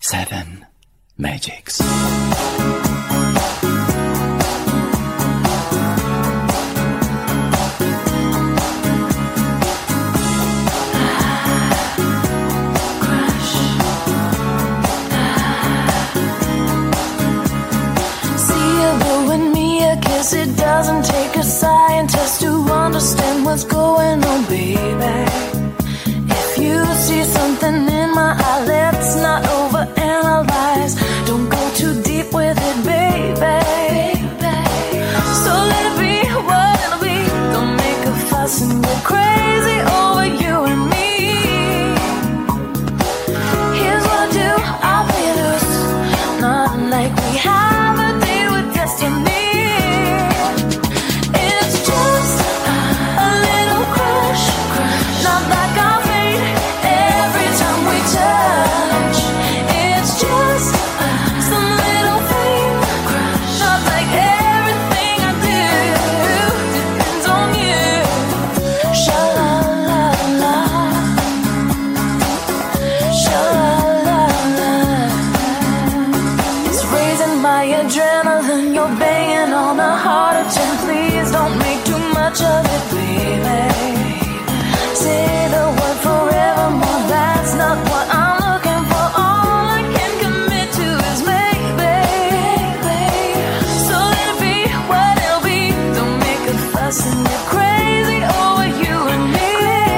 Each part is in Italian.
Seven Magics. It doesn't take a scientist to understand what's going on, baby. If you see something in my eye, let's not overanalyze. Don't go too deep with it, baby. So let it be what it'll be. Don't make a fuss and get crazy over you and me. Here's what I do, I'll play loose. Not like we have a date with destiny. Adrenaline, you're banging on a heart attack. Please don't make too much of it, baby. Say the word forevermore, that's not what I'm looking for. All I can commit to is maybe. So let it be what it'll be. Don't make a fuss and get crazy over you and me.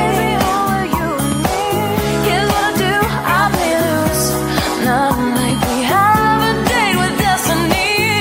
Here's what I do, I play loose. Nothing like we have a date with destiny.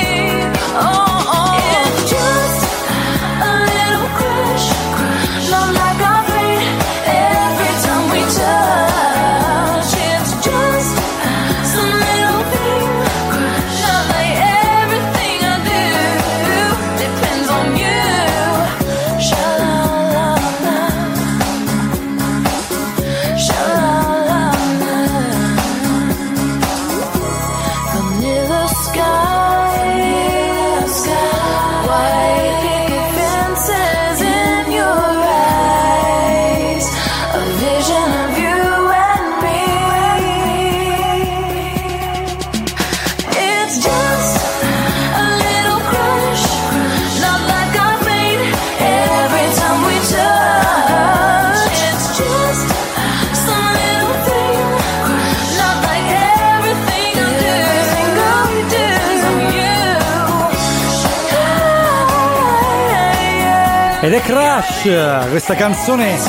Ed è Crush, questa canzone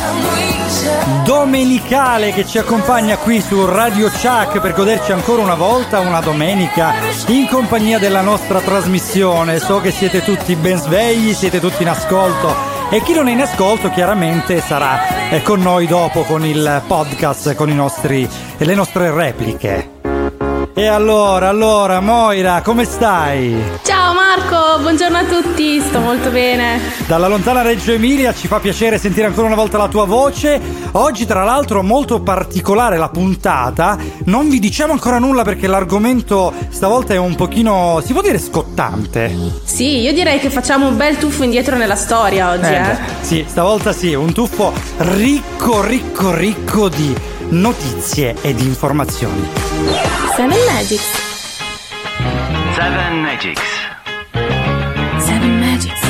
domenicale che ci accompagna qui su Radio Chuck per goderci ancora una volta una domenica in compagnia della nostra trasmissione. So che siete tutti ben svegli, siete tutti in ascolto e chi non è in ascolto chiaramente sarà con noi dopo con il podcast, con le nostre repliche. E allora Moira, come stai? Ciao Marco, buongiorno a tutti, sto molto bene. Dalla lontana Reggio Emilia ci fa piacere sentire ancora una volta la tua voce. Oggi tra l'altro molto particolare la puntata. Non vi diciamo ancora nulla perché l'argomento stavolta è un pochino, si può dire, scottante. Sì, io direi che facciamo un bel tuffo indietro nella storia oggi, Sì, stavolta sì, un tuffo ricco di notizie e di informazioni. Seven Magics. Seven Magics. Seven Magics.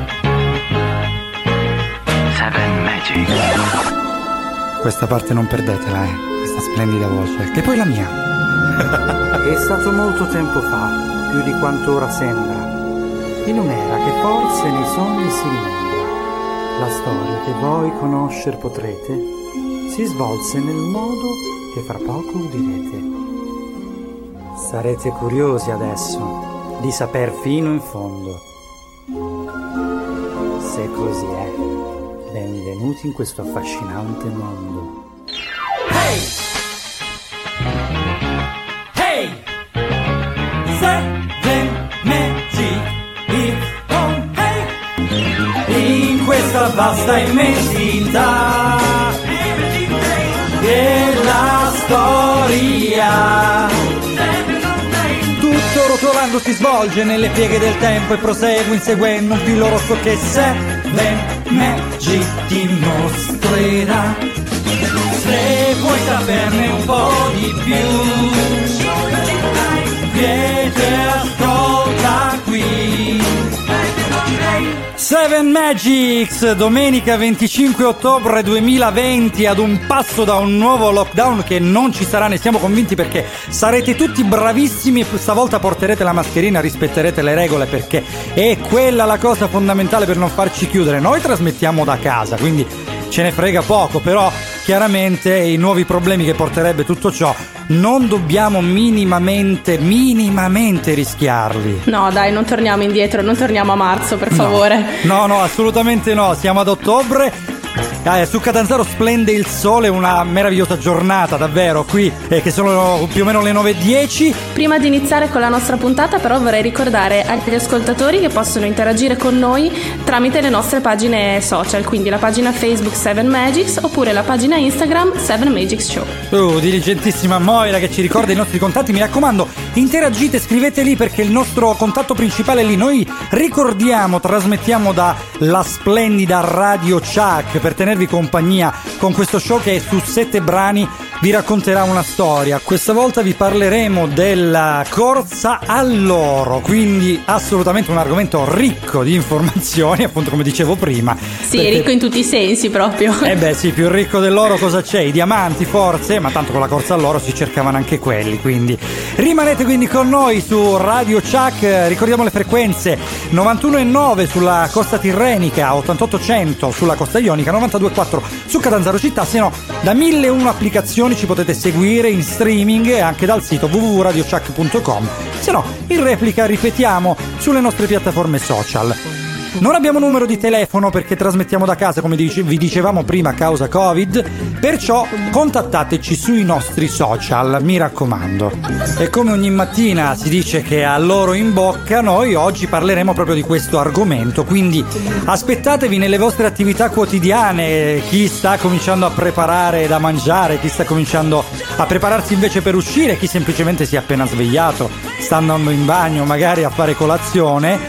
Seven Magics. Questa parte non perdetela, questa splendida voce, che poi è la mia. È stato molto tempo fa, più di quanto ora sembra, in un'era che forse nei sogni si rimembra. La storia che voi conoscer potrete si svolse nel modo che fra poco udirete. Sarete curiosi adesso di saper fino in fondo. Se così è, benvenuti in questo affascinante mondo. Hey! Hey! Seven Magic it's on, hey! In questa vasta immensità della storia, tutto rotolando si svolge nelle pieghe del tempo e prosegue inseguendo un filo rosso che Seven Magic ti mostrerà. Se vuoi saperne un po' di più, Seven Magics, domenica 25 ottobre 2020, ad un passo da un nuovo lockdown che non ci sarà, ne siamo convinti, perché sarete tutti bravissimi e stavolta porterete la mascherina, rispetterete le regole, perché è quella la cosa fondamentale per non farci chiudere. Noi trasmettiamo da casa, quindi ce ne frega poco, però chiaramente i nuovi problemi che porterebbe tutto ciò non dobbiamo minimamente rischiarli. No dai, non torniamo indietro, non torniamo a marzo, per favore. No, assolutamente no, siamo ad ottobre. Su Catanzaro splende il sole, una meravigliosa giornata davvero qui, che sono più o meno le 9:10. Prima di iniziare con la nostra puntata però vorrei ricordare agli ascoltatori che possono interagire con noi tramite le nostre pagine social, quindi la pagina Facebook 7 Magics oppure la pagina Instagram 7 Magics Show. Diligentissima Moira che ci ricorda i nostri contatti, mi raccomando interagite, scrivete lì perché il nostro contatto principale è lì. Noi ricordiamo, trasmettiamo dalla splendida Radio Chuck per tenervi compagnia con questo show che su 7 brani vi racconterà una storia. Questa volta vi parleremo della corsa all'oro, quindi assolutamente un argomento ricco di informazioni, appunto come dicevo prima. Sì, perché... ricco in tutti i sensi proprio. Sì, più ricco dell'oro cosa c'è? I diamanti forse, ma tanto con la corsa all'oro si cercavano anche quelli, quindi rimanete quindi con noi su Radio Chuck. Ricordiamo le frequenze: 91,9 sulla costa tirrenica, 88,100 sulla costa ionica, 92,4 su Catanzaro città, se no da 1001 applicazioni ci potete seguire in streaming e anche dal sito www.radiochuck.com, se no in replica, ripetiamo, sulle nostre piattaforme social. Non abbiamo numero di telefono perché trasmettiamo da casa, come vi dicevamo prima, a causa Covid, perciò contattateci sui nostri social, mi raccomando. E come ogni mattina si dice che ha l'oro in bocca, noi oggi parleremo proprio di questo argomento, quindi aspettatevi nelle vostre attività quotidiane, chi sta cominciando a preparare da mangiare, chi sta cominciando a prepararsi invece per uscire, chi semplicemente si è appena svegliato, sta andando in bagno magari a fare colazione.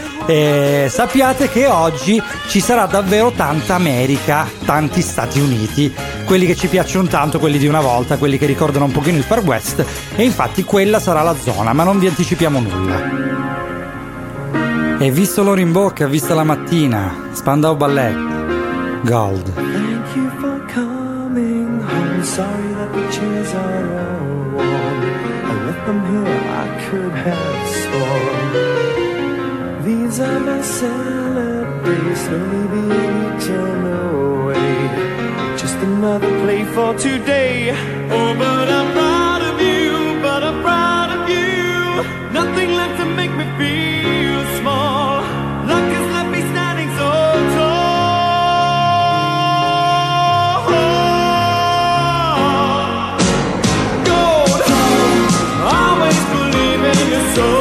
Sappiate che oggi ci sarà davvero tanta America, tanti Stati Uniti, quelli che ci piacciono tanto, quelli di una volta, quelli che ricordano un pochino il Far West, e infatti quella sarà la zona, ma non vi anticipiamo nulla. E visto l'oro in bocca, vista la mattina, Spandau Ballet, Gold. Thank you for coming home. Sorry that the chairs are all warm. I left them here, I could have sworn. These are my salad days, slowly being eaten away. Just another play for today. Oh, but I'm proud of you, but I'm proud of you. Nothing left to make me feel small. Luck has left me standing so tall. Gold, always believe in your soul.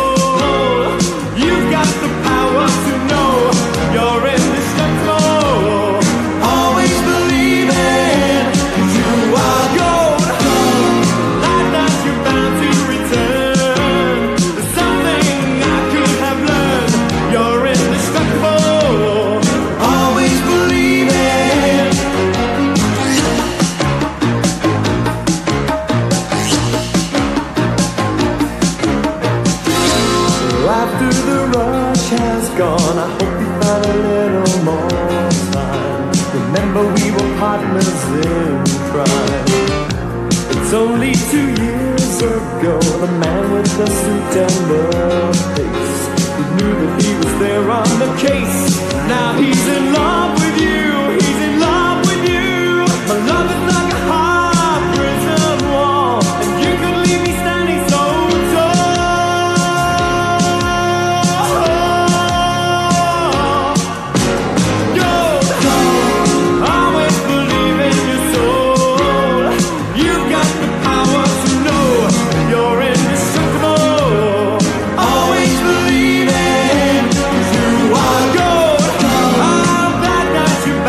Partners in crime. It's only 2 years ago, the man with the suit and the face, he knew that he was there on the case. Now he's in love with you, he's in love with you. My love is like a hard prison wall, and you could leave me standing so you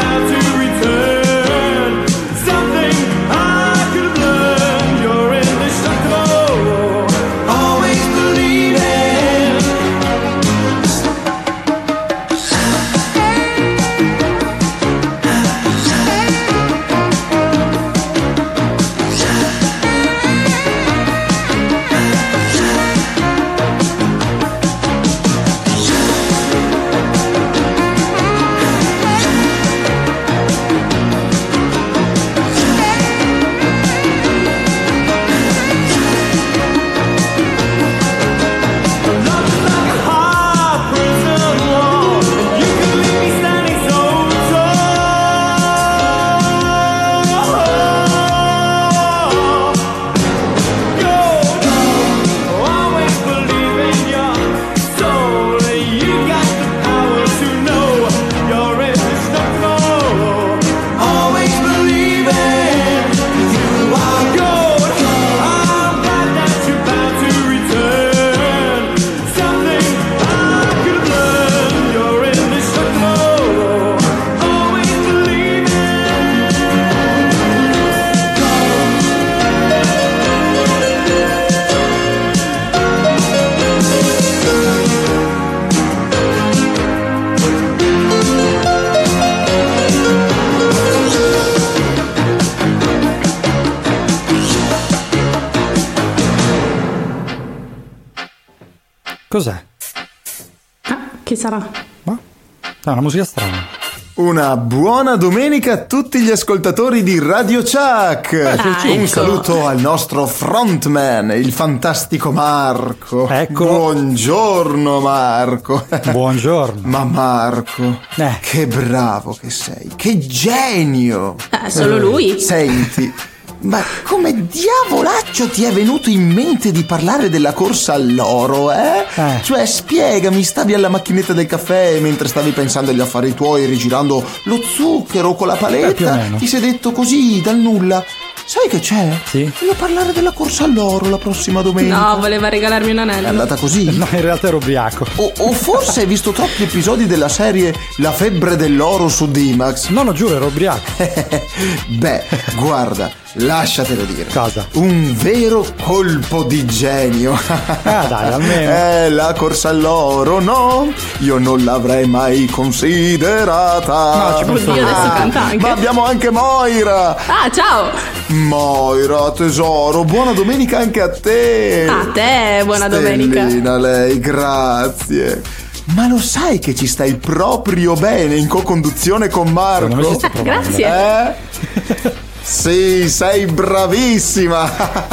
Cos'è? Chi sarà? Ma? È una musica strana. Una buona domenica a tutti gli ascoltatori di Radio Chuck. Un saluto al nostro frontman, il fantastico Marco. Ecco. Buongiorno Marco. Buongiorno. Ma Marco, che bravo che sei, che genio. Solo lui? Senti, ma come diavolaccio ti è venuto in mente di parlare della corsa all'oro, Cioè, spiegami, stavi alla macchinetta del caffè mentre stavi pensando agli affari tuoi, rigirando lo zucchero con la paletta, ti sei detto così, dal nulla: sai che c'è? Sì. Voglio parlare della corsa all'oro la prossima domenica. No, voleva regalarmi un anello. È andata così? No, in realtà ero ubriaco. O forse hai visto troppi episodi della serie La febbre dell'oro su D-Max? No, giuro, ero ubriaco. Beh, guarda, lasciatelo dire. Cosa? Un vero colpo di genio. Dai, almeno. La corsa all'oro, no? Io non l'avrei mai considerata. No, ci posso Oddio, adesso canta anche. Ma abbiamo anche Moira. Ah, ciao! Moira, tesoro, buona domenica anche a te. A te, buona domenica. Stellina, lei, grazie. Ma lo sai che ci stai proprio bene in co-conduzione con Marco? Grazie. Sì, sei bravissima.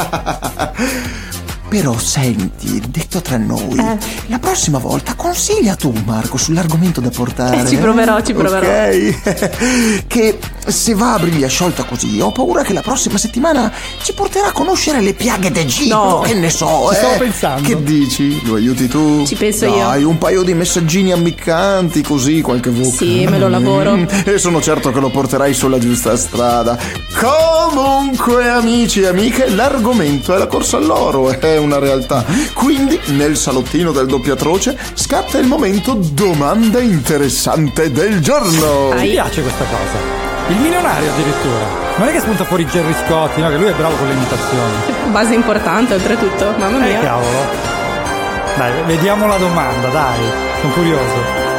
Però senti, detto tra noi, la prossima volta consiglia tu Marco sull'argomento da portare. Ci proverò. Ok. Che se va a briglia sciolta così, ho paura che la prossima settimana ci porterà a conoscere le piaghe d'Egitto. No. Che ne so, Ci stavo pensando. Che dici? Lo aiuti tu? Ci penso io. Dai, un paio di messaggini ammiccanti, così, qualche voce. Sì, me lo lavoro. E sono certo che lo porterai sulla giusta strada. Comunque, amici e amiche, l'argomento è la corsa all'oro, è una realtà. Quindi, nel salottino del Doppiatroce scatta il momento domanda interessante del giorno. Mi piace questa cosa. Il milionario addirittura. Non è che spunta fuori Gerry Scotti, no? Che lui è bravo con le imitazioni. Base importante oltretutto, mamma mia. Cavolo. Dai, vediamo la domanda, dai. Sono curioso.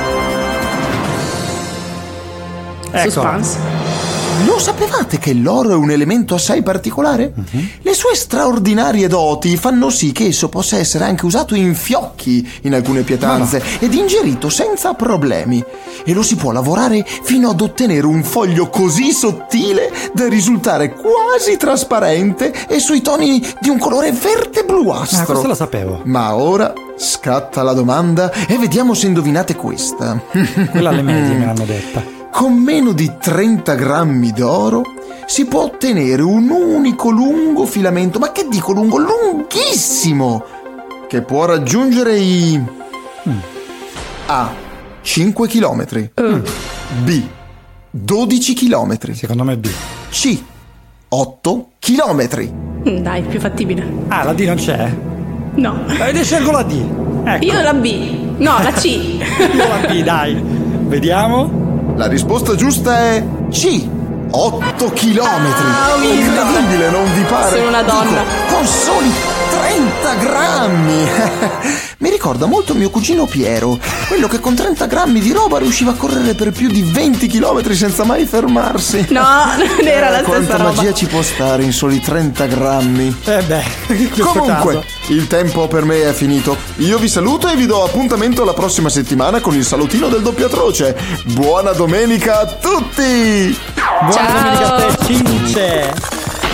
Eccola. Suspense. Lo sapevate che l'oro è un elemento assai particolare? Le sue straordinarie doti fanno sì che esso possa essere anche usato in fiocchi in alcune pietanze ed ingerito senza problemi. E lo si può lavorare fino ad ottenere un foglio così sottile da risultare quasi trasparente e sui toni di un colore verde bluastro. Questo lo sapevo. Ma ora scatta la domanda e vediamo se indovinate questa. Quella alle medie me l'hanno detta. Con meno di 30 grammi d'oro si può ottenere un unico lungo filamento, ma che dico lungo? Lunghissimo! Che può raggiungere i A. 5 chilometri, B. 12 chilometri, Secondo me B. C. 8 chilometri. Dai, più fattibile. Ah, la D non c'è? No. Ne scelgo la D. Ecco. Io la B. No, la C. La B, dai. Vediamo. La risposta giusta è C. 8 chilometri. Incredibile, non vi pare? Sono una donna. Dico, con soli 30 grammi. Mi ricorda molto mio cugino Piero, quello che con 30 grammi di roba riusciva a correre per più di 20 chilometri senza mai fermarsi. No, non era la Quanta stessa roba. magia ci può stare in soli 30 grammi. In questo Comunque, caso. il tempo per me è finito. Io vi saluto e vi do appuntamento la prossima settimana con il salottino del Doppiatroce. Buona domenica a tutti! Buona domenica a te, Cince.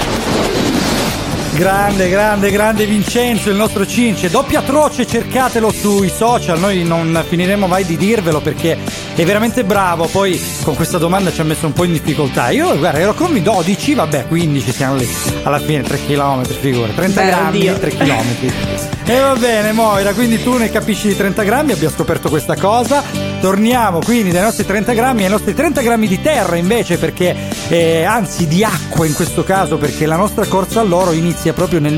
Grande Vincenzo, il nostro Cince. Doppiatroce, cercatelo sui social. Noi non finiremo mai di dirvelo perché è veramente bravo. Poi con questa domanda ci ha messo un po' in difficoltà. Io, guarda, ero con 12, vabbè, 15 siamo lì. Alla fine 3 km, figura. 30 grammi, oddio. 3 km. E va bene, Moira, quindi tu ne capisci di 30 grammi, abbiamo scoperto questa cosa. Torniamo quindi dai nostri 30 grammi ai nostri 30 grammi di terra invece, perché anzi di acqua in questo caso, perché la nostra corsa all'oro inizia proprio nel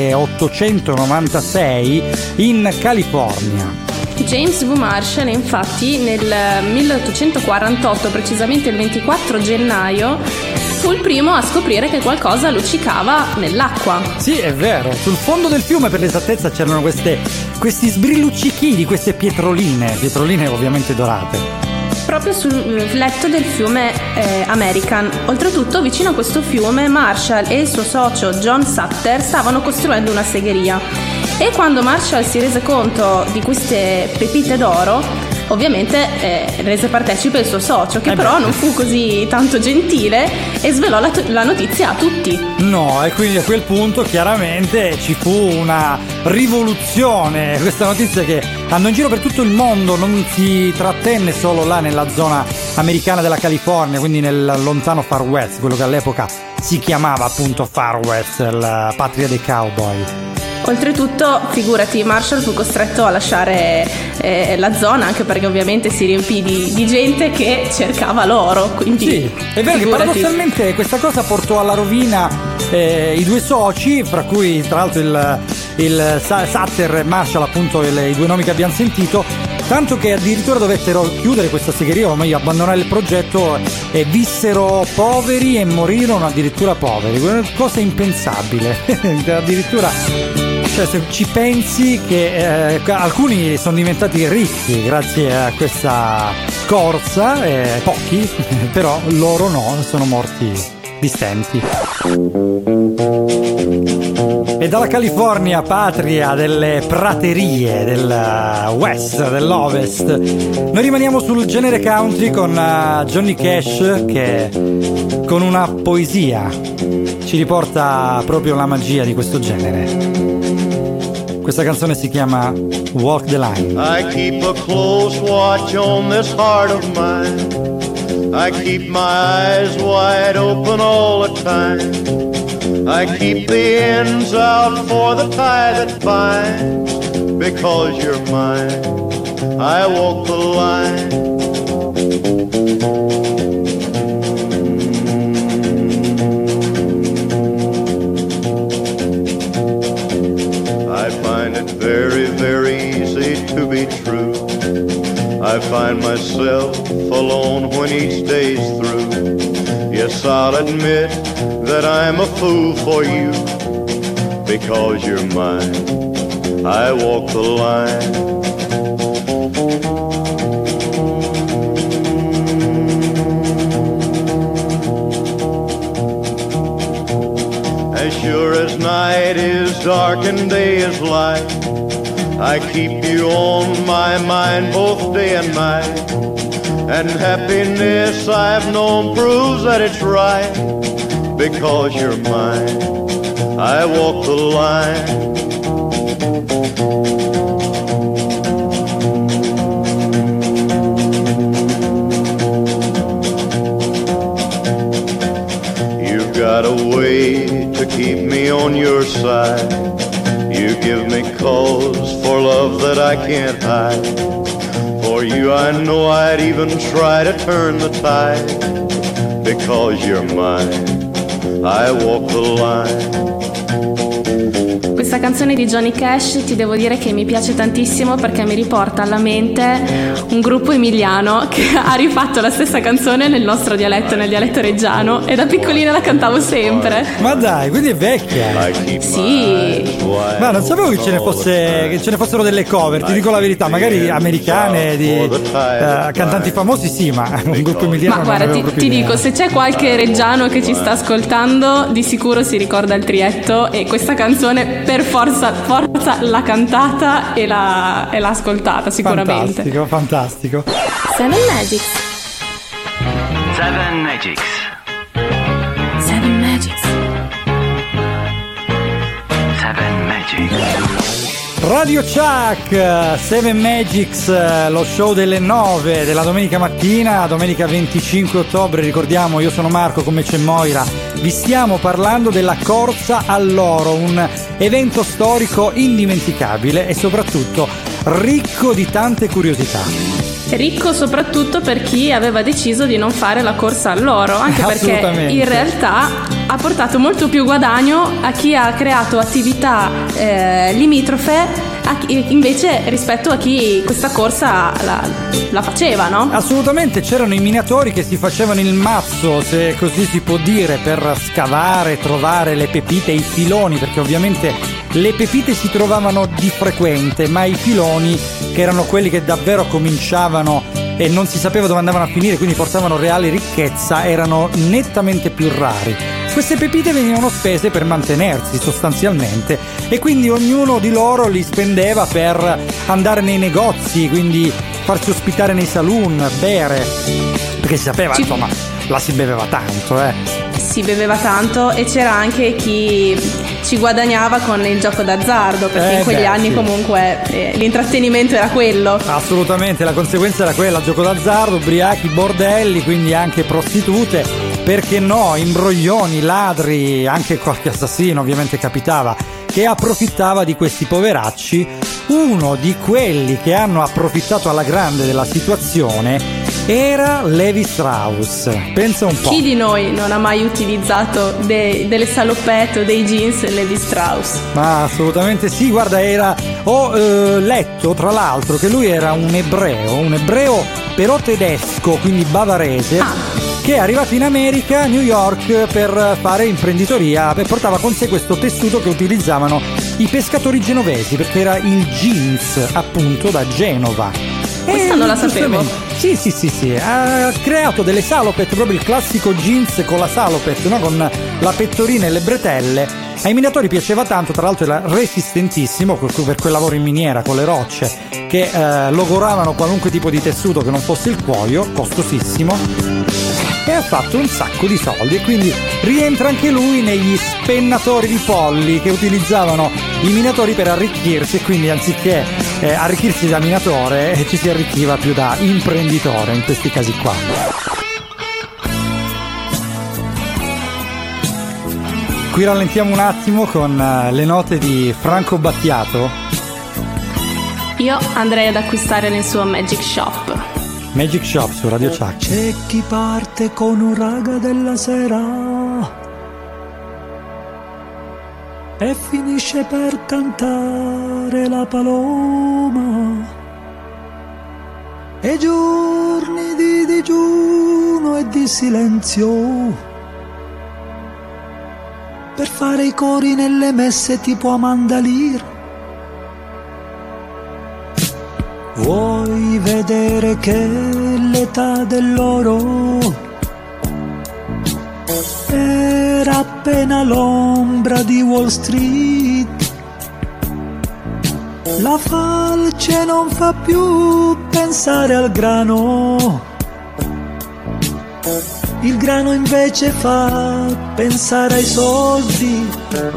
1896 in California. James V. Marshall infatti nel 1848, precisamente il 24 gennaio, fu il primo a scoprire che qualcosa luccicava nell'acqua. Sì, è vero, sul fondo del fiume per l'esattezza c'erano questi sbrilluccichini, queste pietroline ovviamente dorate. Proprio sul letto del fiume American. Oltretutto, vicino a questo fiume, Marshall e il suo socio John Sutter stavano costruendo una segheria. E quando Marshall si rese conto di queste pepite d'oro, ovviamente rese partecipe il suo socio, che però non fu così tanto gentile e svelò la notizia a tutti. No, e quindi a quel punto chiaramente ci fu una rivoluzione. Questa notizia che andò in giro per tutto il mondo, non si trattenne solo là nella zona americana della California, quindi nel lontano Far West, quello che all'epoca si chiamava appunto Far West, la patria dei cowboy. Oltretutto, figurati, Marshall fu costretto a lasciare la zona, anche perché ovviamente si riempì di gente che cercava l'oro. Quindi, sì, è vero che paradossalmente questa cosa portò alla rovina i due soci, fra cui tra l'altro il Sutter e Marshall, appunto i due nomi che abbiamo sentito, tanto che addirittura dovettero chiudere questa segheria, o meglio abbandonare il progetto, e vissero poveri e morirono addirittura poveri. Una cosa impensabile. Addirittura, cioè, se ci pensi che alcuni sono diventati ricchi grazie a questa corsa, pochi, però loro no, sono morti di stenti. E dalla California, patria delle praterie del West, dell'Ovest, noi rimaniamo sul genere country con Johnny Cash, che con una poesia ci riporta proprio la magia di questo genere. Questa canzone si chiama Walk the Line. I keep a close watch on this heart of mine. I keep my eyes wide open all the time. I keep the ends out for the tie that binds. Because you're mine, I walk the line. Very, very easy to be true. I find myself alone when each day's through. Yes, I'll admit that I'm a fool for you. Because you're mine, I walk the line. As sure as night is dark and day is light, I keep you on my mind both day and night. And happiness I've known proves that it's right. Because you're mine, I walk the line. You've got a way to keep me on your side. You give me cause for love that I can't hide. For you I know I'd even try to turn the tide. Because you're mine, I walk the line. Questa canzone di Johnny Cash ti devo dire che mi piace tantissimo, perché mi riporta alla mente un gruppo emiliano che ha rifatto la stessa canzone nel nostro dialetto, nel dialetto reggiano, e da piccolina la cantavo sempre. Ma dai, quindi è vecchia. Sì. Ma non sapevo che ce ne fossero delle cover, ti dico la verità, magari americane di cantanti famosi, sì, ma un gruppo emiliano. Ma guarda, ti dico, se c'è qualche reggiano che ci sta ascoltando, di sicuro si ricorda il Trietto, e questa canzone per forza l'ha cantata e l'ha ascoltata sicuramente. Fantastico. Seven Magics. Seven Magics. Seven Magics. Seven Magics. Radio Chuck, Seven Magics, lo show delle 9 della domenica mattina, domenica 25 ottobre, ricordiamo, io sono Marco, con me c'è Moira, vi stiamo parlando della corsa all'oro, un evento storico indimenticabile e soprattutto ricco di tante curiosità. Ricco soprattutto per chi aveva deciso di non fare la corsa all'oro, anche perché in realtà ha portato molto più guadagno a chi ha creato attività limitrofe invece rispetto a chi questa corsa la faceva, no? Assolutamente, c'erano i minatori che si facevano il mazzo, se così si può dire, per scavare, trovare le pepite, i filoni, perché ovviamente le pepite si trovavano di frequente, ma i filoni, che erano quelli che davvero cominciavano e non si sapeva dove andavano a finire, quindi portavano reale ricchezza, erano nettamente più rari. Queste pepite venivano spese per mantenersi sostanzialmente, e quindi ognuno di loro li spendeva per andare nei negozi, quindi farsi ospitare nei saloon, bere, perché si sapeva, insomma, la si beveva tanto, Si beveva tanto, e c'era anche chi ci guadagnava con il gioco d'azzardo, perché in quegli anni comunque l'intrattenimento era quello. Assolutamente, la conseguenza era quella: gioco d'azzardo, ubriachi, bordelli, quindi anche prostitute, perché no, imbroglioni, ladri, anche qualche assassino ovviamente capitava, che approfittava di questi poveracci. Uno di quelli che hanno approfittato alla grande della situazione era Levi Strauss. Pensa un po'. Chi di noi non ha mai utilizzato delle salopette o dei jeans Levi Strauss? Ma assolutamente sì, guarda, ho letto tra l'altro che lui era un ebreo però tedesco, quindi bavarese, che è arrivato in America, a New York, per fare imprenditoria, e portava con sé questo tessuto che utilizzavano i pescatori genovesi, perché era il jeans appunto da Genova. Questa non la sapevo. Sì, ha creato delle salopette, proprio il classico jeans con la salopette, no? Con la pettorina e le bretelle. Ai minatori piaceva tanto, tra l'altro era resistentissimo per quel lavoro in miniera con le rocce, che logoravano qualunque tipo di tessuto che non fosse il cuoio, costosissimo, e ha fatto un sacco di soldi, e quindi rientra anche lui negli spennatori di polli che utilizzavano i minatori per arricchirsi, e quindi anziché arricchirsi da minatore ci si arricchiva più da imprenditore in questi casi qua. Qui rallentiamo un attimo con le note di Franco Battiato. Io andrei ad acquistare nel suo Magic Shop. Magic Shop su Radio Chuck. C'è chi parte con un raga della sera e finisce per cantare la paloma, e giorni di digiuno e di silenzio per fare i cori nelle messe tipo Amanda Lear. Vuoi vedere che l'età dell'oro era appena l'ombra di Wall Street? La falce non fa più pensare al grano, il grano invece fa pensare ai soldi.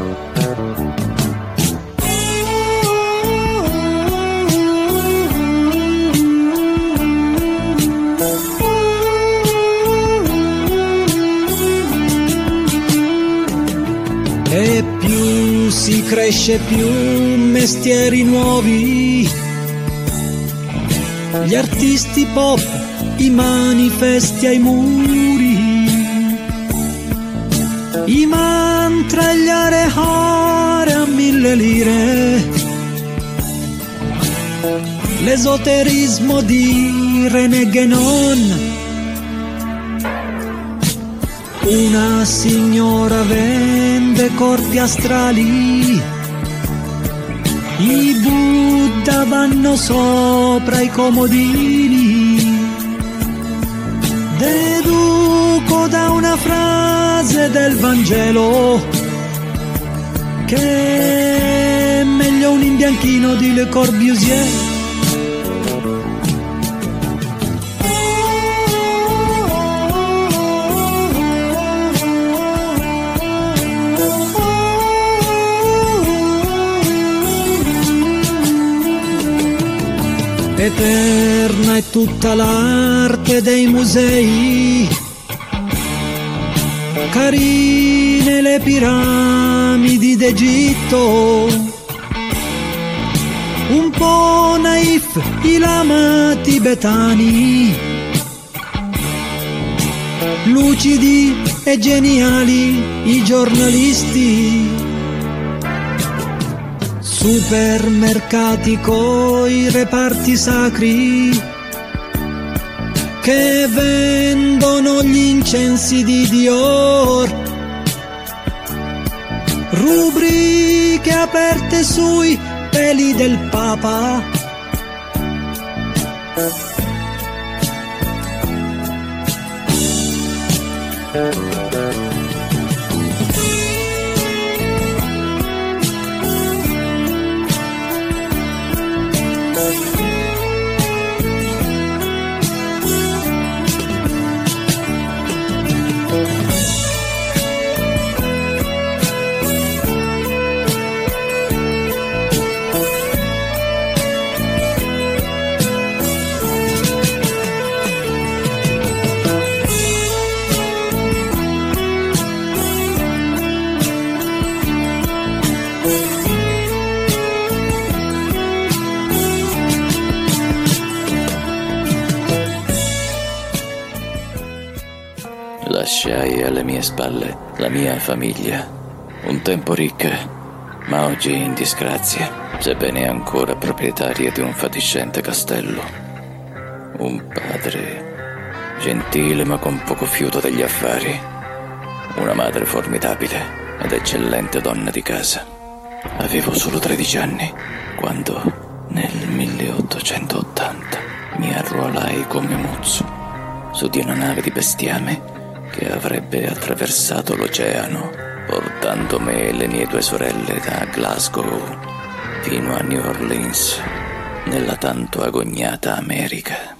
E più si cresce, più mestieri nuovi, gli artisti pop, i manifesti ai muri, i mantra e gli arehare a 1000 lire, l'esoterismo di René Guénon. Una signora vende corpi astrali, i Buddha vanno sopra i comodini. Deduco da una frase del Vangelo che è meglio un imbianchino di Le Corbusier. Eterna è tutta l'arte dei musei, carine le piramidi d'Egitto, un po' naif i lama tibetani, lucidi e geniali i giornalisti, supermercati coi reparti sacri che vendono gli incensi di Dior, rubriche aperte sui peli del Papa, Lasciai alle mie spalle la mia famiglia, un tempo ricca, ma oggi in disgrazia, sebbene ancora proprietaria di un fatiscente castello. Un padre gentile ma con poco fiuto degli affari, una madre formidabile ed eccellente donna di casa. Avevo solo 13 anni quando, nel 1880, mi arruolai come muzzo su di una nave di bestiame che avrebbe attraversato l'oceano, portando me e le mie 2 sorelle da Glasgow fino a New Orleans, nella tanto agognata America.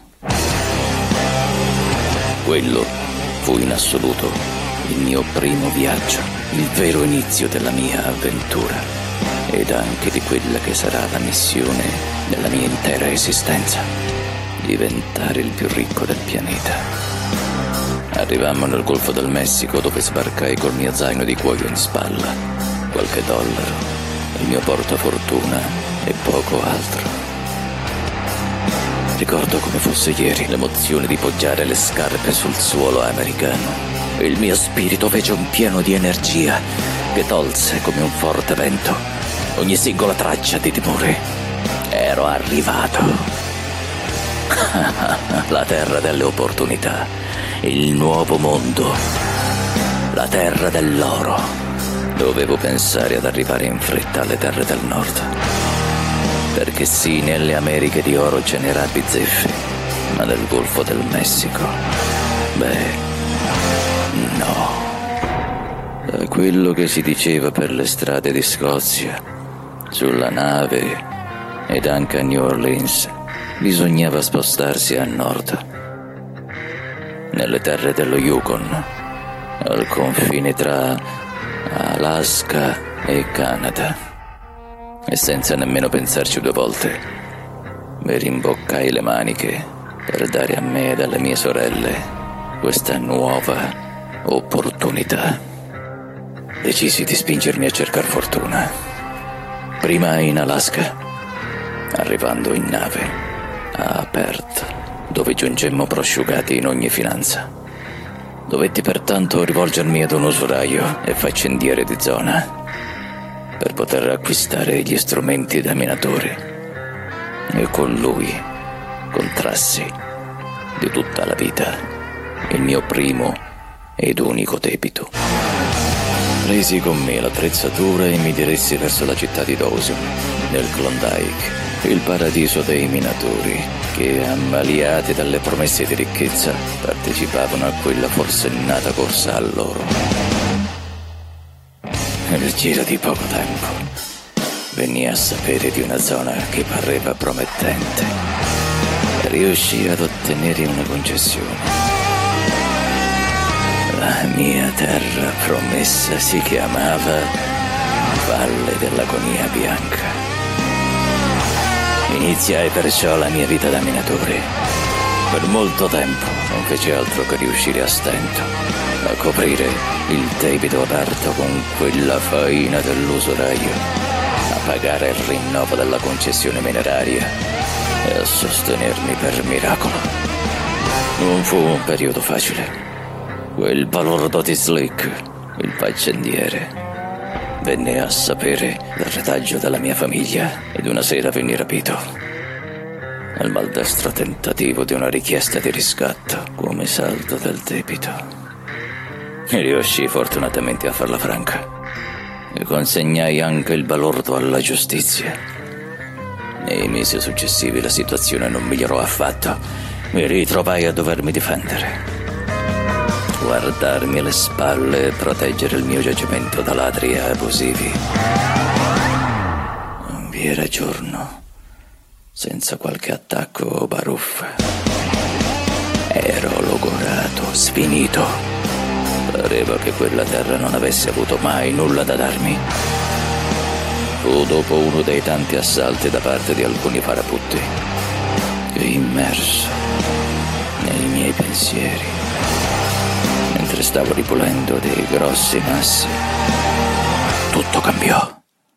Quello fu in assoluto il mio primo viaggio, il vero inizio della mia avventura ed anche di quella che sarà la missione della mia intera esistenza: diventare il più ricco del pianeta. Arrivammo nel Golfo del Messico, dove sbarcai col mio zaino di cuoio in spalla, qualche dollaro, il mio portafortuna e poco altro. Ricordo come fosse ieri l'emozione di poggiare le scarpe sul suolo americano. Il mio spirito fece un pieno di energia che tolse come un forte vento ogni singola traccia di timore. Ero arrivato. La terra delle opportunità, il nuovo mondo, la terra dell'oro. Dovevo pensare ad arrivare in fretta alle terre del nord, perché sì, nelle Americhe di oro ce n'era a bizzeffe, ma nel Golfo del Messico, beh, no. Da quello che si diceva per le strade di Scozia, sulla nave ed anche a New Orleans, bisognava spostarsi a nord, nelle terre dello Yukon, al confine tra Alaska e Canada. E senza nemmeno pensarci 2 volte, mi rimboccai le maniche per dare a me ed alle mie sorelle questa nuova opportunità. Decisi di spingermi a cercar fortuna, prima in Alaska, arrivando in nave a Perth, dove giungemmo prosciugati in ogni finanza. Dovetti pertanto rivolgermi ad un usuraio e faccendiere di zona per poter acquistare gli strumenti da minatore, e con lui contrassi di tutta la vita il mio primo ed unico debito. Presi con me l'attrezzatura e mi diressi verso la città di Dawson, nel Klondike, il paradiso dei minatori che, ammaliati dalle promesse di ricchezza, partecipavano a quella forsennata corsa all'oro. Nel giro di poco tempo venni a sapere di una zona che pareva promettente. Riuscii ad ottenere una concessione. La mia terra promessa si chiamava Valle dell'Agonia Bianca. Iniziai perciò la mia vita da minatore. Per molto tempo non feci altro che riuscire a stento a coprire il debito aperto con quella faina dell'usuraio, a pagare il rinnovo della concessione mineraria e a sostenermi per miracolo. Non fu un periodo facile. Quel balordo di Slick, il faccendiere, venne a sapere del retaggio della mia famiglia ed una sera venni rapito. Nel maldestro tentativo di una richiesta di riscatto come saldo del debito. Riuscii fortunatamente a farla franca e consegnai anche il balordo alla giustizia. Nei mesi successivi la situazione non migliorò affatto. Mi ritrovai a dovermi difendere, guardarmi alle spalle e proteggere il mio giacimento da ladri abusivi. Non vi era giorno senza qualche attacco o baruffa. Ero logorato, sfinito. Pareva che quella terra non avesse avuto mai nulla da darmi. Fu dopo uno dei tanti assalti da parte di alcuni farabutti che, immerso nei miei pensieri, mentre stavo ripulendo dei grossi massi, tutto cambiò.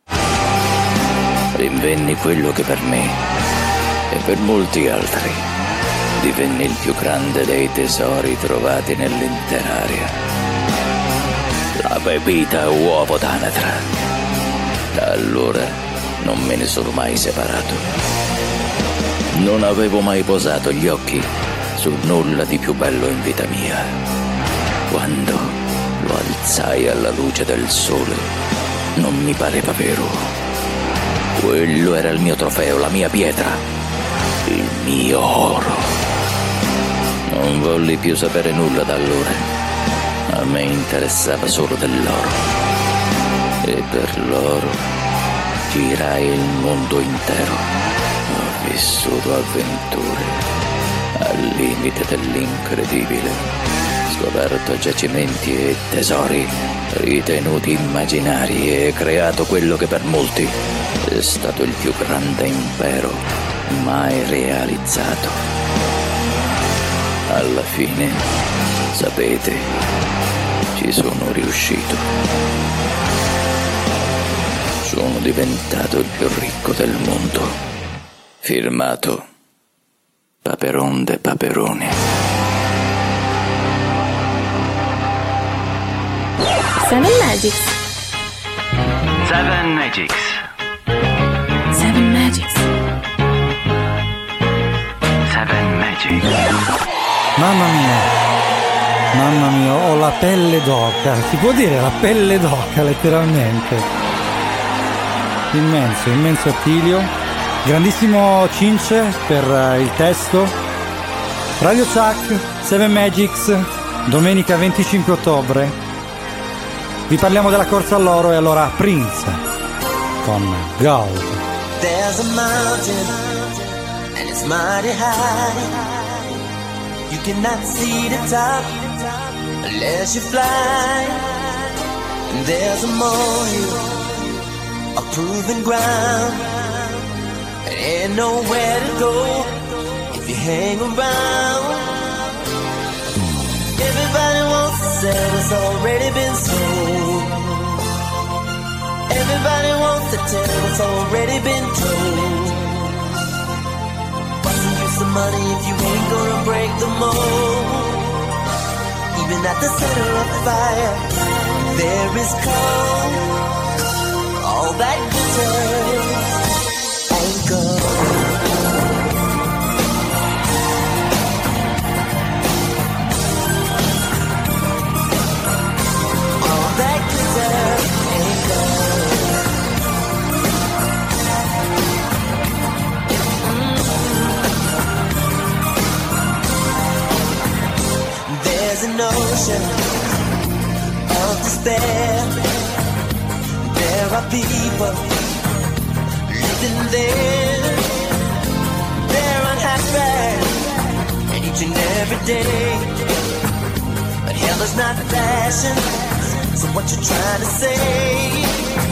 Rinvenni quello che per me e per molti altri divenne il più grande dei tesori trovati nell'intera area. La pepita uovo d'anatra. Da allora non me ne sono mai separato. Non avevo mai posato gli occhi su nulla di più bello in vita mia. Quando lo alzai alla luce del sole, non mi pareva vero. Quello era il mio trofeo, la mia pietra, il mio oro. Non volli più sapere nulla da allora. A me interessava solo dell'oro. E per l'oro girai il mondo intero. Ho vissuto avventure al limite dell'incredibile. Scoperto giacimenti e tesori ritenuti immaginari e creato quello che per molti è stato il più grande impero mai realizzato. Alla fine, sapete, ci sono riuscito. Sono diventato il più ricco del mondo. Firmato Paperon de Paperoni. Seven Magics. Seven Magics. Seven Magics. Seven Magics. Mamma mia, ho la pelle d'oca. Si può dire la pelle d'oca, letteralmente. Immenso Attilio. Grandissimo Cince per il testo. Radio Chuck, Seven Magics, domenica 25 ottobre. Vi parliamo della corsa all'oro e allora Prince con Gold. There's a mountain and it's mighty high. You cannot see the top unless you fly. And there's a molehill, a proven ground. There ain't nowhere to go if you hang around. Everybody wants to sell what's already been sold. Everybody wants to tell what's already been told. What's the use of money if you ain't gonna break the mold? Even at the center of the fire, there is cold. All that glitters ain't gold. There's an ocean of despair. There are people living there. They're unhappy, and each and every day. But hell is not fashion, so what you trying to say?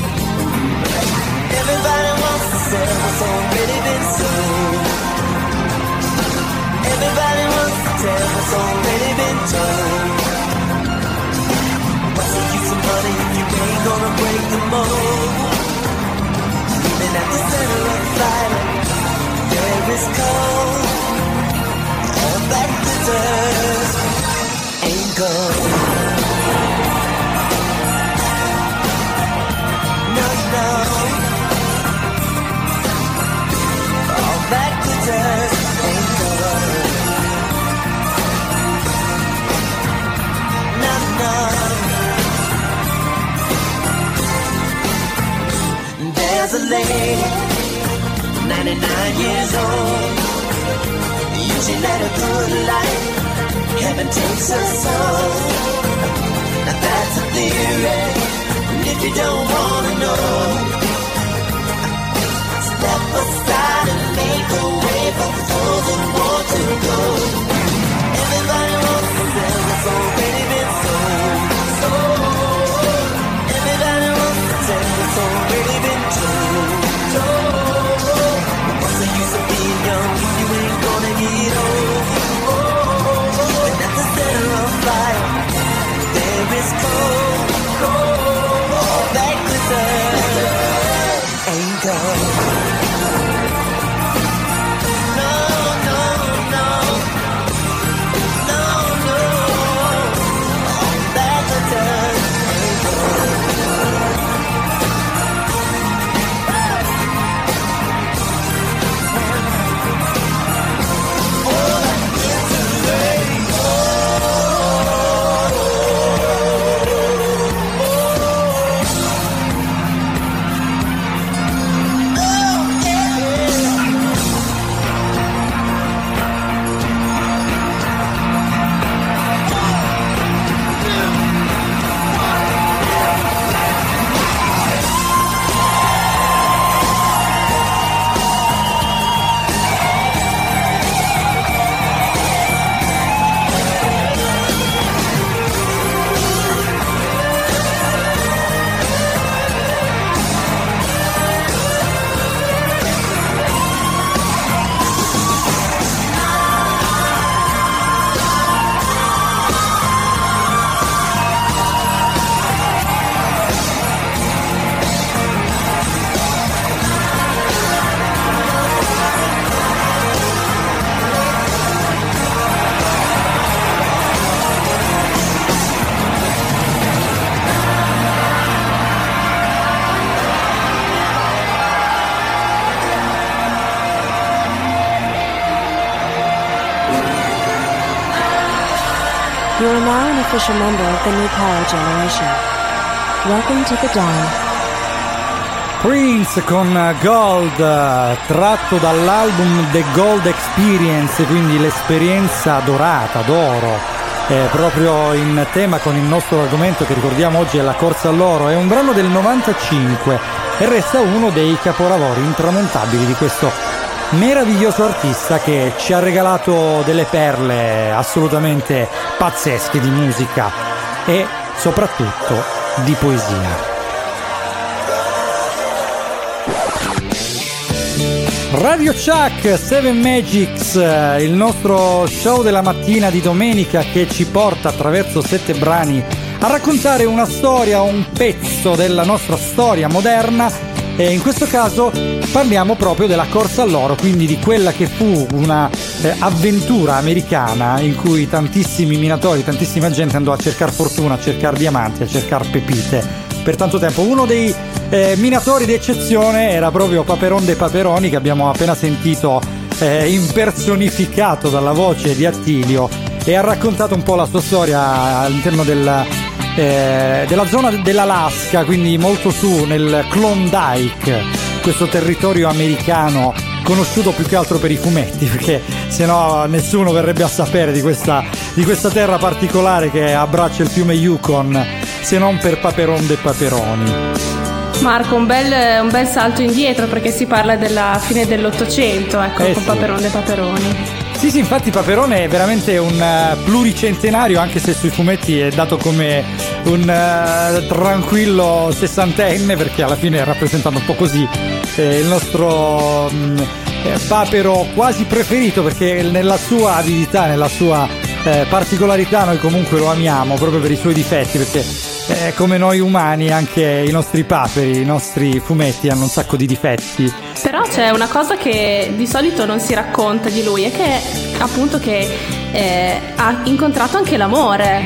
Everybody wants to sell what's already been sold. Everybody wants to tell what's already been told. What's the use of money if you ain't gonna break the mold? Even at the center of the fire, there is cold. All that glitters ain't gold. No, no. All that glitters ain't gold. No, no. There's a lady, 99 years old. She led a good life, heaven takes her soul. Now that's a theory, and if you don't wanna know, step aside and make a You are now an official member of the new power generation. Welcome to the dawn. Prince con Gold, tratto dall'album The Gold Experience, quindi l'esperienza dorata, d'oro, proprio in tema con il nostro argomento che ricordiamo oggi è la corsa all'oro. È un brano del 95 e resta uno dei capolavori intramontabili di questo meraviglioso artista che ci ha regalato delle perle assolutamente pazzesche di musica e soprattutto di poesia. Radio Chuck 7 Magics, il nostro show della mattina di domenica che ci porta attraverso 7 brani a raccontare una storia, un pezzo della nostra storia moderna, e in questo caso parliamo proprio della corsa all'oro, quindi di quella che fu una avventura americana in cui tantissimi minatori, tantissima gente andò a cercare fortuna, a cercare diamanti, a cercare pepite per tanto tempo. Uno dei minatori d'eccezione era proprio Paperon de Paperoni, che abbiamo appena sentito impersonificato dalla voce di Attilio, e ha raccontato un po' la sua storia all'interno della zona dell'Alaska, quindi molto su nel Klondike, questo territorio americano conosciuto più che altro per i fumetti, perché sennò nessuno verrebbe a sapere di questa terra particolare che abbraccia il fiume Yukon, se non per Paperon de Paperoni. Marco, un bel salto indietro, perché si parla della fine dell'Ottocento, ecco, con sì. Paperon de Paperoni. Sì, infatti Paperone è veramente un pluricentenario, anche se sui fumetti è dato come un tranquillo sessantenne, perché alla fine rappresentando un po' così il nostro papero quasi preferito, perché nella sua avidità, nella sua particolarità noi comunque lo amiamo proprio per i suoi difetti, perché come noi umani anche i nostri paperi, i nostri fumetti hanno un sacco di difetti. Però c'è una cosa che di solito non si racconta di lui, è che appunto che ha incontrato anche l'amore,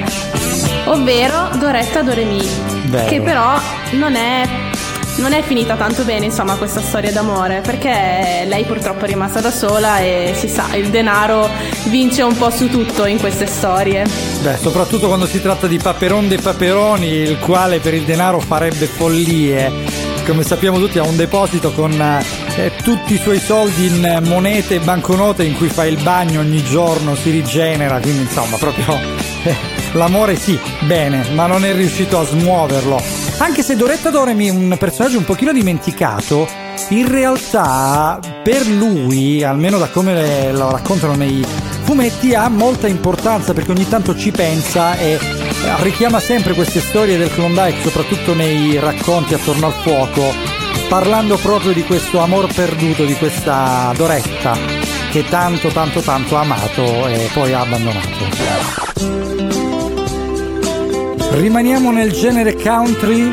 ovvero Doretta Doremi. Vero. Che però non è finita tanto bene, insomma, questa storia d'amore, perché lei purtroppo è rimasta da sola e si sa, il denaro vince un po' su tutto in queste storie. Beh, soprattutto quando si tratta di Paperon de Paperoni, il quale per il denaro farebbe follie. Come sappiamo tutti, ha un deposito con tutti i suoi soldi in monete e banconote in cui fa il bagno ogni giorno, si rigenera, quindi insomma proprio l'amore sì, bene, ma non è riuscito a smuoverlo. Anche se Doretta Doremi è un personaggio un pochino dimenticato, in realtà per lui, almeno da come lo raccontano nei fumetti, ha molta importanza, perché ogni tanto ci pensa e richiama sempre queste storie del Klondike, soprattutto nei racconti attorno al fuoco, parlando proprio di questo amor perduto di questa Doretta che tanto ha amato e poi ha abbandonato. Rimaniamo nel genere country,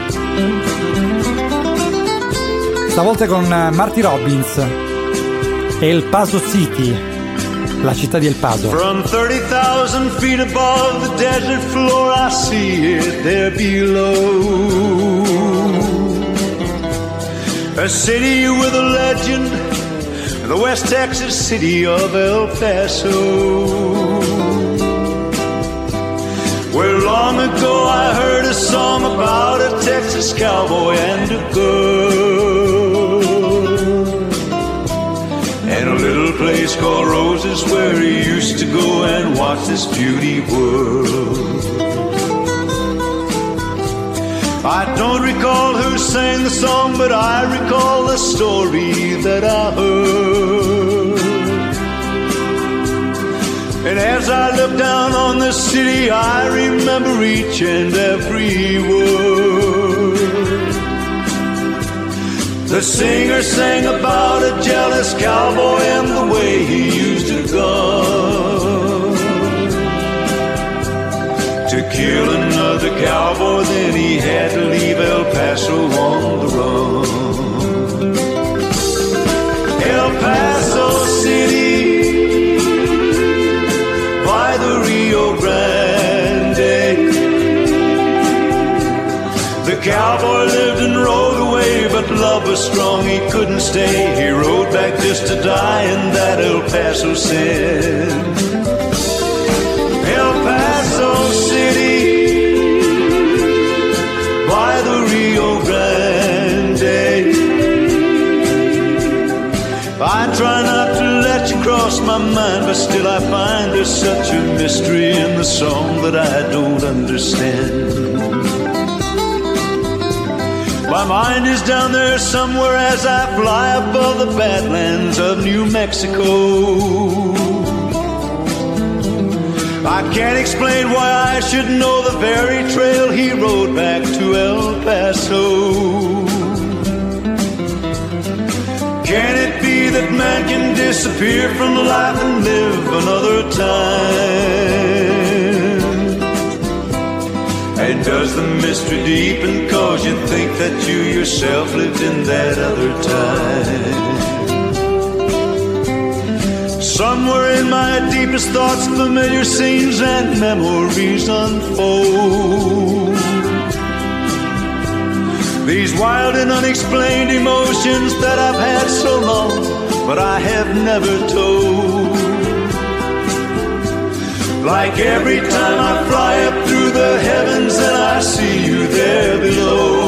stavolta con Marty Robbins e El Paso City, la città di El Paso. From 30,000 feet above the desert floor, I see it there below. A city with a legend, the West Texas city of El Paso, where long ago I heard a song about a Texas cowboy and a girl, and a little place called Roses where he used to go and watch this beauty world. I don't recall who sang the song, but I recall the story that I heard. And as I look down on the city, I remember each and every word. The singer sang about a jealous cowboy and the way he used a gun to kill another cowboy, then he had to leave El Paso on the run. El Paso City by the Rio Grande, the cowboy lived and rode away, but love was strong, he couldn't stay. He rode back just to die, and that El Paso said. El Paso I try not to let you cross my mind, but still I find there's such a mystery in the song that I don't understand. My mind is down there somewhere as I fly above the badlands of New Mexico. I can't explain why I should know the very trail he rode back to El Paso. Can it be that man can disappear from life and live another time? And does the mystery deepen cause you think that you yourself lived in that other time? Somewhere in my deepest thoughts, familiar scenes and memories unfold. These wild and unexplained emotions that I've had so long, but I have never told. Like every time I fly up through the heavens and I see you there below,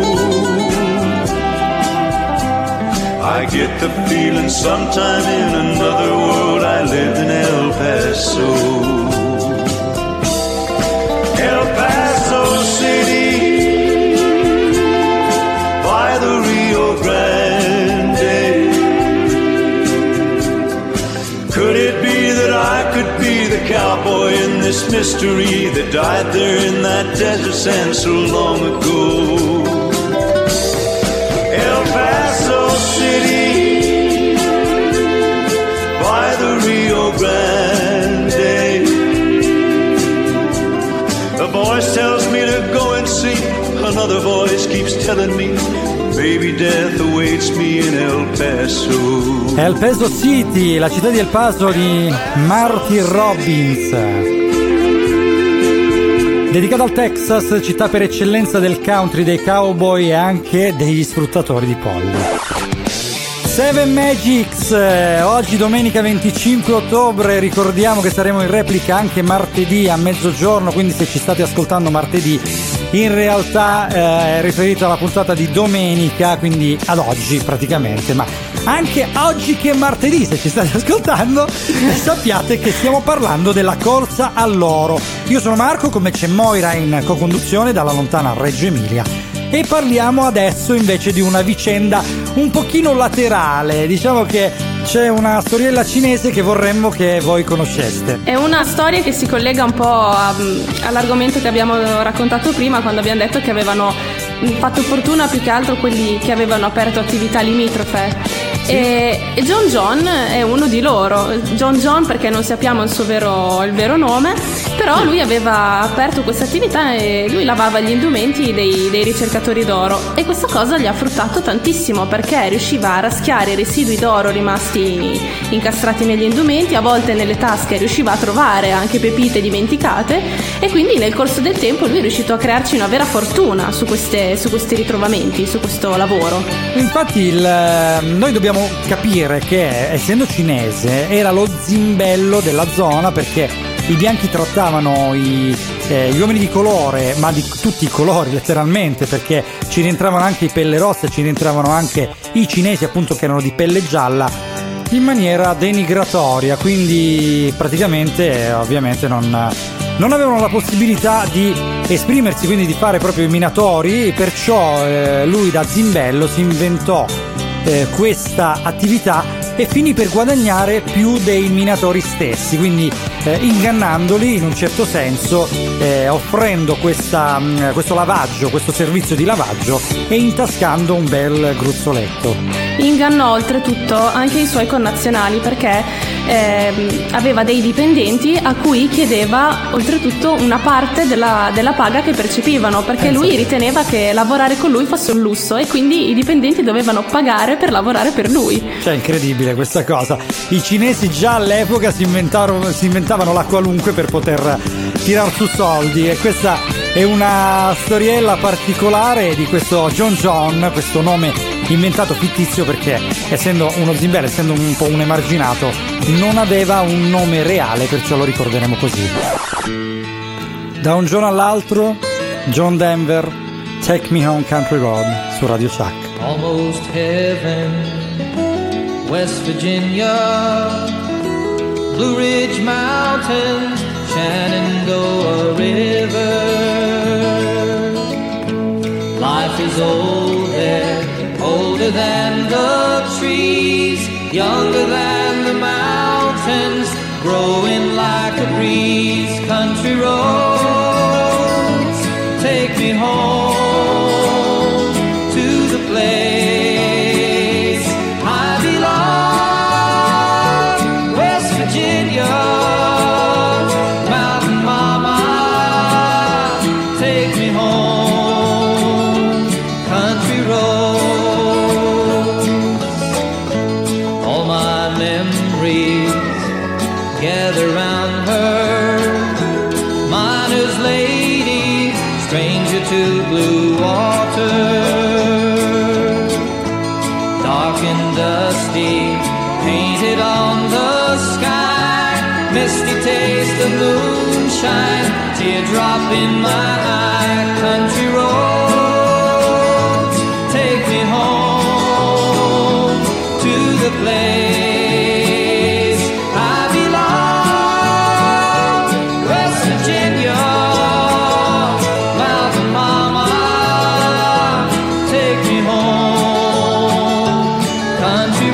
I get the feeling sometime in another world I lived in El Paso. El Paso City by the Rio Grande. Could it be that I could be the cowboy in this mystery that died there in that desert sand so long ago? El Paso City by the Rio Grande. A voice tells me to go and see, another voice keeps telling me baby death awaits me in El Paso. El Paso City, la città di El Paso di Marty Robbins, dedicata al Texas, città per eccellenza del country, dei cowboy e anche degli sfruttatori di polli. Seven Magics, oggi domenica 25 ottobre, ricordiamo che saremo in replica anche martedì a mezzogiorno, quindi se ci state ascoltando martedì in realtà è riferito alla puntata di domenica, quindi ad oggi praticamente, ma anche oggi che è martedì, se ci state ascoltando, sappiate che stiamo parlando della corsa all'oro. Io sono Marco, come c'è Moira in co-conduzione dalla lontana Reggio Emilia, e parliamo adesso invece di una vicenda un pochino laterale. Diciamo che c'è una storiella cinese che vorremmo che voi conosceste. È una storia che si collega un po' all'argomento che abbiamo raccontato prima, quando abbiamo detto che avevano fatto fortuna più che altro quelli che avevano aperto attività limitrofe. Sì. E John è uno di loro. John perché non sappiamo il vero nome, però lui aveva aperto questa attività e lui lavava gli indumenti dei ricercatori d'oro, e questa cosa gli ha fruttato tantissimo perché riusciva a raschiare i residui d'oro rimasti incastrati negli indumenti, a volte nelle tasche riusciva a trovare anche pepite dimenticate, e quindi nel corso del tempo lui è riuscito a crearci una vera fortuna su questi ritrovamenti, su questo lavoro. Infatti noi dobbiamo capire che, essendo cinese, era lo zimbello della zona, perché i bianchi trattavano gli uomini di colore, ma di tutti i colori letteralmente, perché ci rientravano anche i pelle rosse, ci rientravano anche i cinesi appunto che erano di pelle gialla, in maniera denigratoria, quindi praticamente ovviamente non avevano la possibilità di esprimersi, quindi di fare proprio i minatori, perciò lui da zimbello si inventò questa attività e finì per guadagnare più dei minatori stessi, quindi ingannandoli in un certo senso, offrendo questo lavaggio, questo servizio di lavaggio, e intascando un bel gruzzoletto. Ingannò oltretutto anche i suoi connazionali, perché aveva dei dipendenti a cui chiedeva oltretutto una parte della paga che percepivano, perché lui riteneva che lavorare con lui fosse un lusso, e quindi i dipendenti dovevano pagare per lavorare per lui. Cioè, incredibile questa cosa. I cinesi già all'epoca si inventavano la qualunque per poter tirar su soldi, e questa è una storiella particolare di questo John, questo nome inventato fittizio, perché essendo uno zimbello, essendo un po' un emarginato, non aveva un nome reale, perciò lo ricorderemo così. Da un giorno all'altro, John Denver, Take Me Home Country Road su Radio Chuck. Almost heaven West Virginia, Blue Ridge Mountains, Shenandoah River. Life is old there, older than the trees, younger than the mountains, growing like a breeze. Country roads, take me home to the place I belong. West Virginia, Mountain Mama, take me home. Country roads, all my memories gather round her. Miner's lady, stranger to blue water. Dark and dusty, painted on the sky. Misty taste of moonshine, teardrop in my eye. Country roads, take me home to the place I belong. West Virginia, Mountain Mama, take me home. Country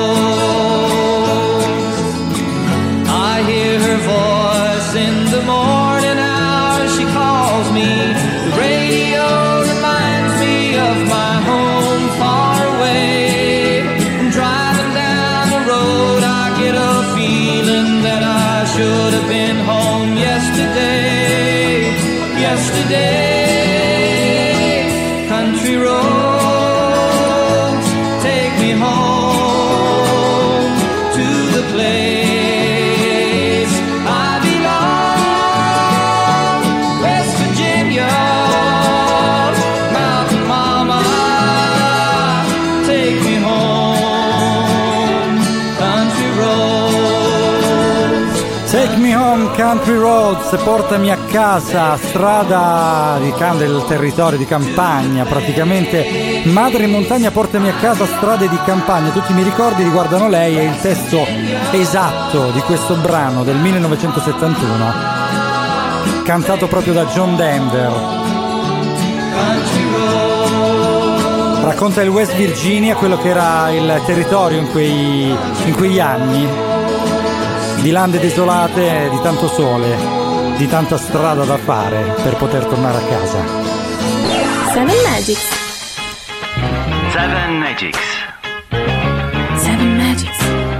roads, I hear her voice in the morning hours. She calls me. The radio reminds me of my home far away. Driving down the road, I get a feeling that I should have been home yesterday. Yesterday, country roads, take me home to the place I belong. West Virginia, Mountain Mama, take me home. Country roads. Take me home, country roads, portami a casa, strada del territorio di campagna, praticamente madre in montagna, portami a casa, strade di campagna. Tutti i miei ricordi riguardano lei e il testo esatto di questo brano del 1971, cantato proprio da John Denver. Racconta il West Virginia, quello che era il territorio in quegli anni, di lande desolate, di tanto sole, di tanta strada da fare per poter tornare a casa. Seven Magics. Seven Magics. Seven Magics.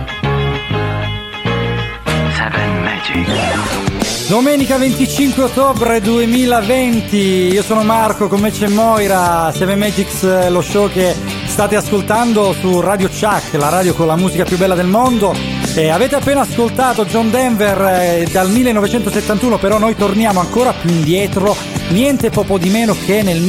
Seven Magics. Domenica 25 ottobre 2020, io sono Marco, con me c'è Moira. Seven Magics, lo show che state ascoltando su Radio Chuck, la radio con la musica più bella del mondo. Avete appena ascoltato John Denver dal 1971, però noi torniamo ancora più indietro, niente poco di meno che nel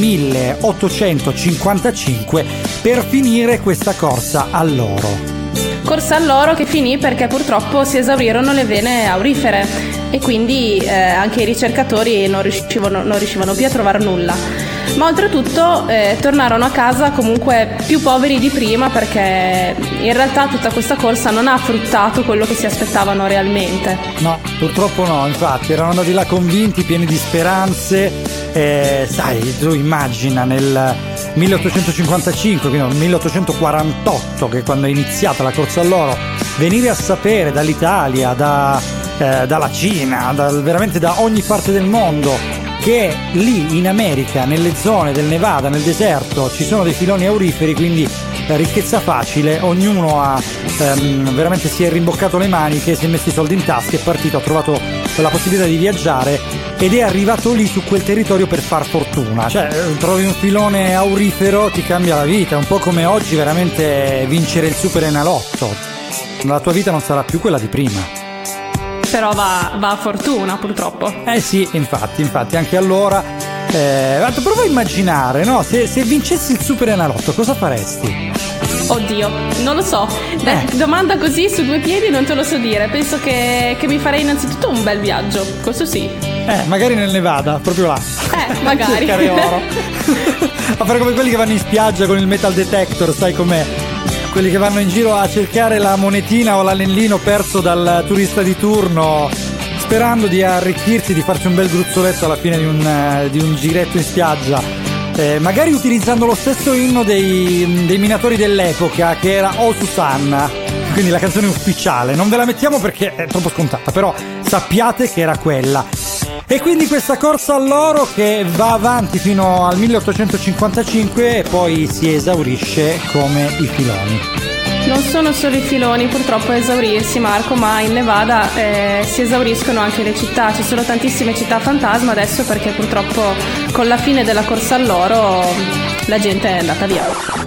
1855, per finire questa corsa all'oro. Corsa all'oro che finì perché purtroppo si esaurirono le vene aurifere e quindi anche i ricercatori non riuscivano più a trovare nulla. Ma oltretutto tornarono a casa comunque più poveri di prima, perché in realtà tutta questa corsa non ha fruttato quello che si aspettavano realmente. No, purtroppo no, infatti erano andati là convinti, pieni di speranze. Sai, tu immagina nel 1855, quindi nel 1848, che è quando è iniziata la corsa all'oro, venire a sapere dall'Italia, dalla Cina, veramente da ogni parte del mondo, che lì in America, nelle zone del Nevada, nel deserto, ci sono dei filoni auriferi, quindi ricchezza facile, ognuno veramente si è rimboccato le maniche, si è messo i soldi in tasca, è partito, ha trovato la possibilità di viaggiare ed è arrivato lì su quel territorio per far fortuna. Cioè, trovi un filone aurifero, ti cambia la vita, un po' come oggi veramente vincere il Super Enalotto. La tua vita non sarà più quella di prima. Però va a fortuna, purtroppo. Sì, infatti anche allora prova a immaginare, no? Se vincessi il Super Enalotto, cosa faresti? Oddio, non lo so. Domanda così su due piedi non te lo so dire. Penso che mi farei innanzitutto un bel viaggio, questo sì. Magari nel Nevada, proprio là. Magari. Cercare oro. A fare come quelli che vanno in spiaggia con il metal detector, sai com'è? quelli che vanno in giro a cercare la monetina o l'anellino perso dal turista di turno, sperando di arricchirsi, di farci un bel gruzzoletto alla fine di un giretto in spiaggia, magari utilizzando lo stesso inno dei minatori dell'epoca, che era O Susanna, quindi la canzone ufficiale. Non ve la mettiamo perché è troppo scontata, però sappiate che era quella. E quindi questa corsa all'oro che va avanti fino al 1855 e poi si esaurisce come i filoni. Non sono solo i filoni purtroppo a esaurirsi, Marco, ma in Nevada si esauriscono anche le città. Ci sono tantissime città fantasma adesso perché purtroppo con la fine della corsa all'oro la gente è andata via.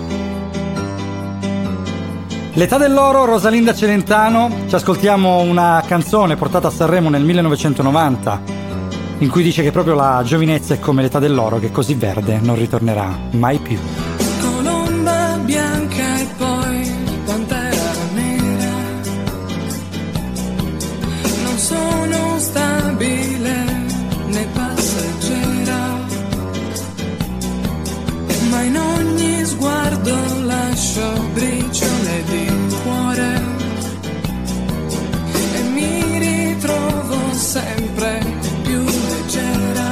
L'età dell'oro, Rosalinda Celentano. Ci ascoltiamo una canzone portata a Sanremo nel 1990 in cui dice che proprio la giovinezza è come l'età dell'oro, che così verde non ritornerà mai più. Colomba bianca e poi pantera nera, non sono stabile né passeggera, ma in ogni sguardo lascio briciole di cuore e mi ritrovo sempre più leggera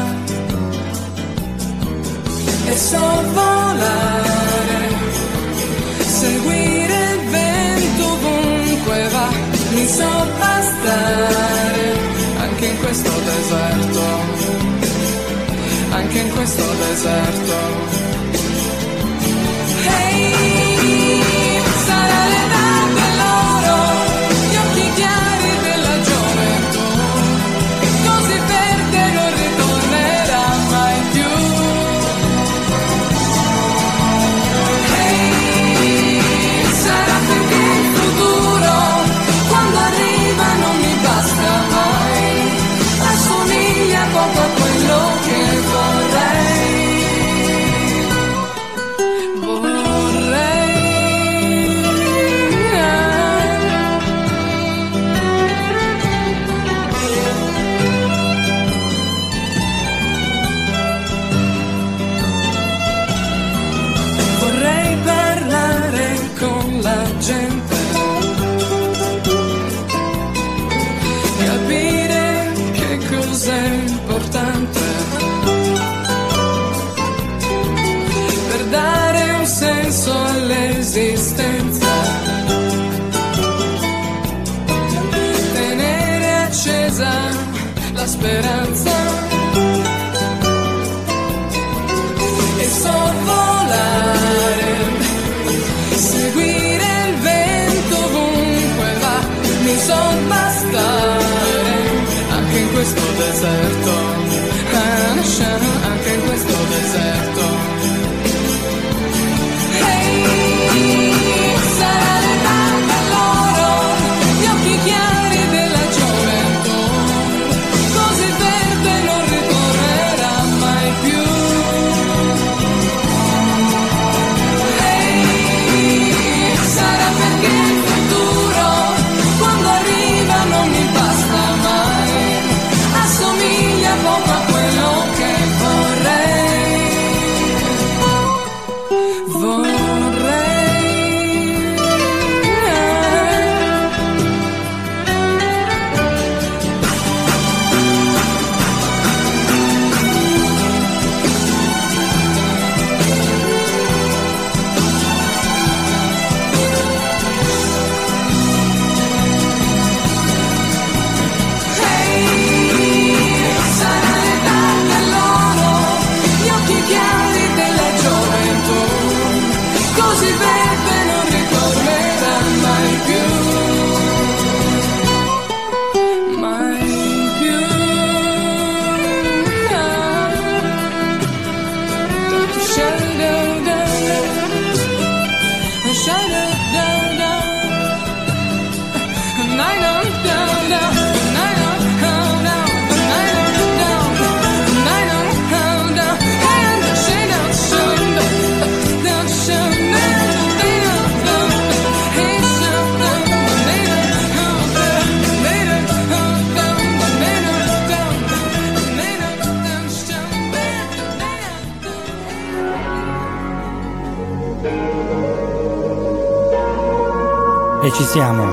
e so volare, seguire il vento ovunque va, mi so bastare anche in questo deserto, anche in questo deserto. Hey, sarà l'età dell'oro, gli occhi chiari della gioventù, così verde non ritornerà mai più. Hey, sarà perché il futuro, quando arriva non mi basta mai, assomiglia poco a quello che vorrei. Gente, capire che cos'è importante per dare un senso all'esistenza, tenere accesa la speranza e so volare, seguire mi so bastare anche in questo deserto, anche in questo deserto. Hey, sarà l'età dell'oro, gli occhi chiari della gioventù, così verde non ritornerà mai più. Hey, sarà perché il futuro, quando arriva non mi basta mai, assomiglia poco a quello che vorrei. Così verde non ritornerà mai più, mai più. E ci siamo.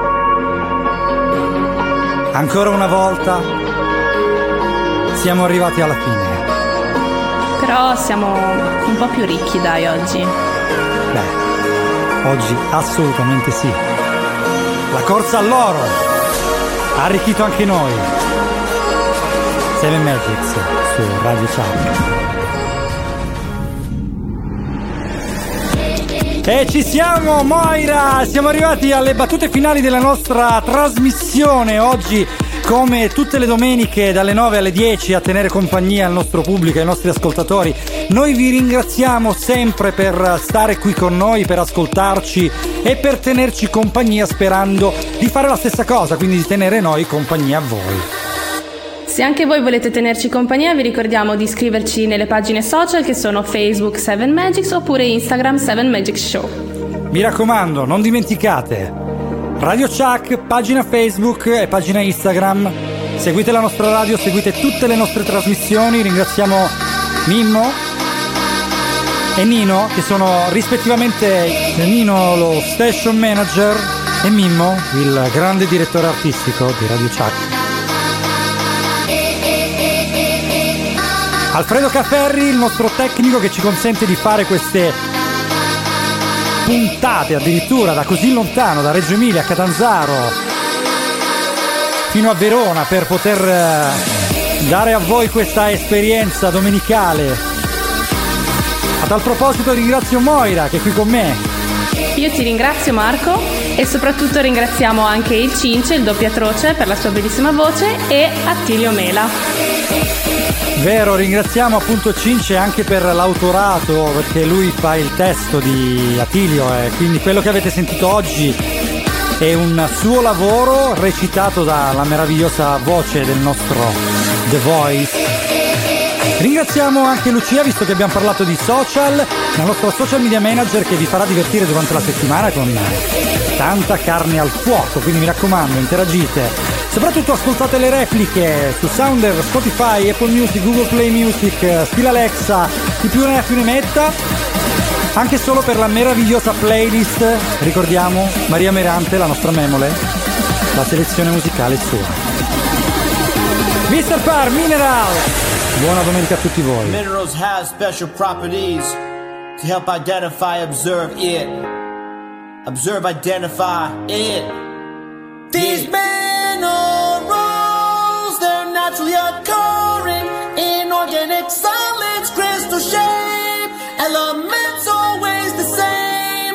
Ancora una volta siamo arrivati alla fine. Però siamo un po' più ricchi, dai, oggi. Beh, oggi assolutamente sì. La corsa all'oro ha arricchito anche noi. Seven Magics su Radio Ciao. E ci siamo, Moira! Siamo arrivati alle battute finali della nostra trasmissione. Oggi, come tutte le domeniche dalle 9 alle 10, a tenere compagnia al nostro pubblico e ai nostri ascoltatori. Noi vi ringraziamo sempre per stare qui con noi, per ascoltarci e per tenerci compagnia, sperando di fare la stessa cosa, quindi di tenere noi compagnia a voi. Se anche voi volete tenerci compagnia, vi ricordiamo di iscriverci nelle pagine social che sono Facebook 7 Magics oppure Instagram 7 Magics Show. Mi raccomando, non dimenticate Radio Chuck, pagina Facebook e pagina Instagram. Seguite la nostra radio, seguite tutte le nostre trasmissioni. Ringraziamo Mimmo e Nino, che sono rispettivamente Nino lo station manager e Mimmo il grande direttore artistico di Radio Chuck. Alfredo Cafferri, il nostro tecnico, che ci consente di fare queste puntate addirittura da così lontano, da Reggio Emilia a Catanzaro fino a Verona, per poter dare a voi questa esperienza domenicale. A tal proposito ringrazio Moira, che è qui con me. Io ti ringrazio, Marco, e soprattutto ringraziamo anche il Cince, il doppio atroce, per la sua bellissima voce, e Attilio Mela. Vero, ringraziamo appunto Cince anche per l'autorato, perché lui fa il testo di Attilio, e quindi quello che avete sentito oggi è un suo lavoro recitato dalla meravigliosa voce del nostro The Voice. Ringraziamo anche Lucia, visto che abbiamo parlato di social, la nostra social media manager, che vi farà divertire durante la settimana con tanta carne al fuoco, quindi mi raccomando, interagite. Soprattutto ascoltate le repliche su Sounder, Spotify, Apple Music, Google Play Music, stile Alexa, chi più ne ha più ne metta, anche solo per la meravigliosa playlist. Ricordiamo Maria Merante, la nostra memole, la selezione musicale sua. Mr. Par, Mineral! Buona domenica a tutti voi. Minerals have special properties to help identify, observe it. Observe, identify it. These minerals, they're naturally occurring in organic solids, crystal shape, elements always the same.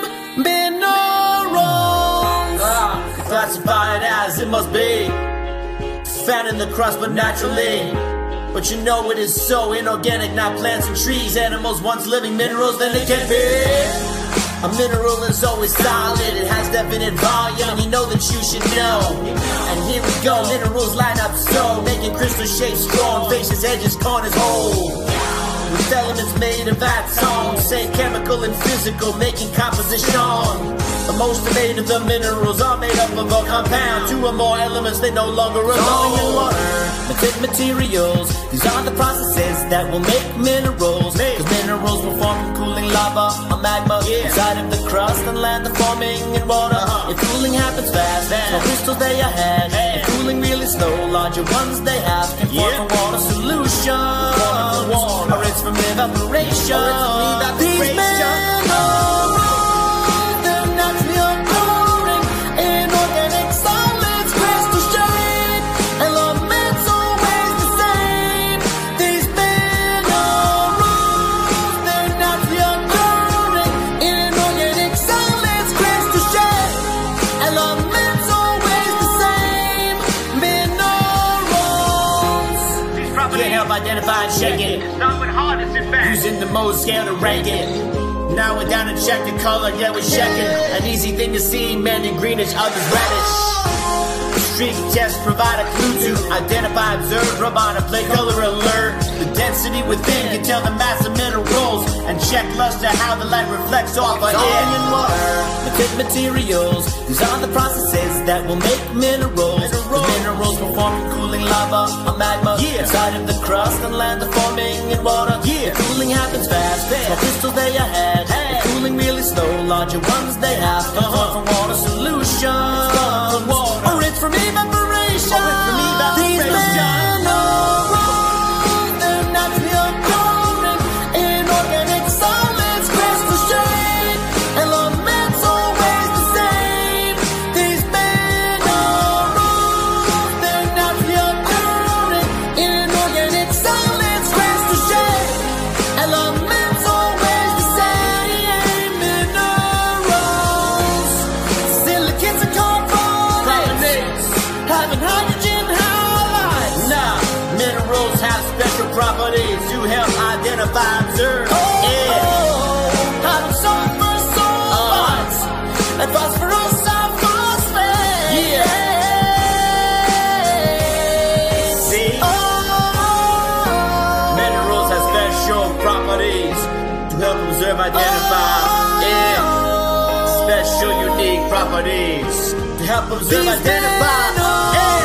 Minerals, classified as it must be, found in the crust but naturally. But you know it is so inorganic, not plants and trees, animals once living, minerals then they can be. A mineral is always solid, it has definite volume, you know that you should know. And here we go, minerals line up so, making crystal shapes strong, faces, edges, corners whole. With elements made of atoms, say chemical and physical, making composition. The most made of the minerals are made up of a compound, two or more elements, they no longer alone. In water, metallic materials, these are the processes that will make minerals. Cause minerals will form from cooling lava or magma inside of the crust and land, the forming in water. If cooling happens fast, so crystals they are had. If cooling really slow, larger ones they have can form from water solution, or it's from evaporation. These minerals, they're naturally occurring in organic solids, crystal shape, elements always the same. These minerals, they're naturally occurring in organic solids, crystal shape, elements always the same. Minerals, can't help identify and shake it. Using the mode scale to rank it. Now we're down to check the color, yeah we're checking. An easy thing to see, many greenish, others reddish. Streak tests provide a clue to identify, observe, rub on and play color alert. The density within can tell the mass of minerals, and check luster how the light reflects off of it. In water, metallic materials, these are the processes that will make minerals. The Minerals performing cooling lava, a magma inside of the crust and land are forming in water. The cooling happens fast, small crystals they ahead. The cooling really slow, larger ones they have to form from water solution. Or it's from evaporation. These minerals, they're naturally occurring in organic solids, crystal shape, elements always the same. These minerals, they're naturally occurring in organic solids, crystal shape, elements always the same. Minerals, silicates and carbonates, having hydrogen halides. Now, minerals have special properties to help identify, observe, having sulfur sulfides and phosphorus phosphate. See? Minerals have special properties to help observe, identify. Special unique properties to help observe, identify.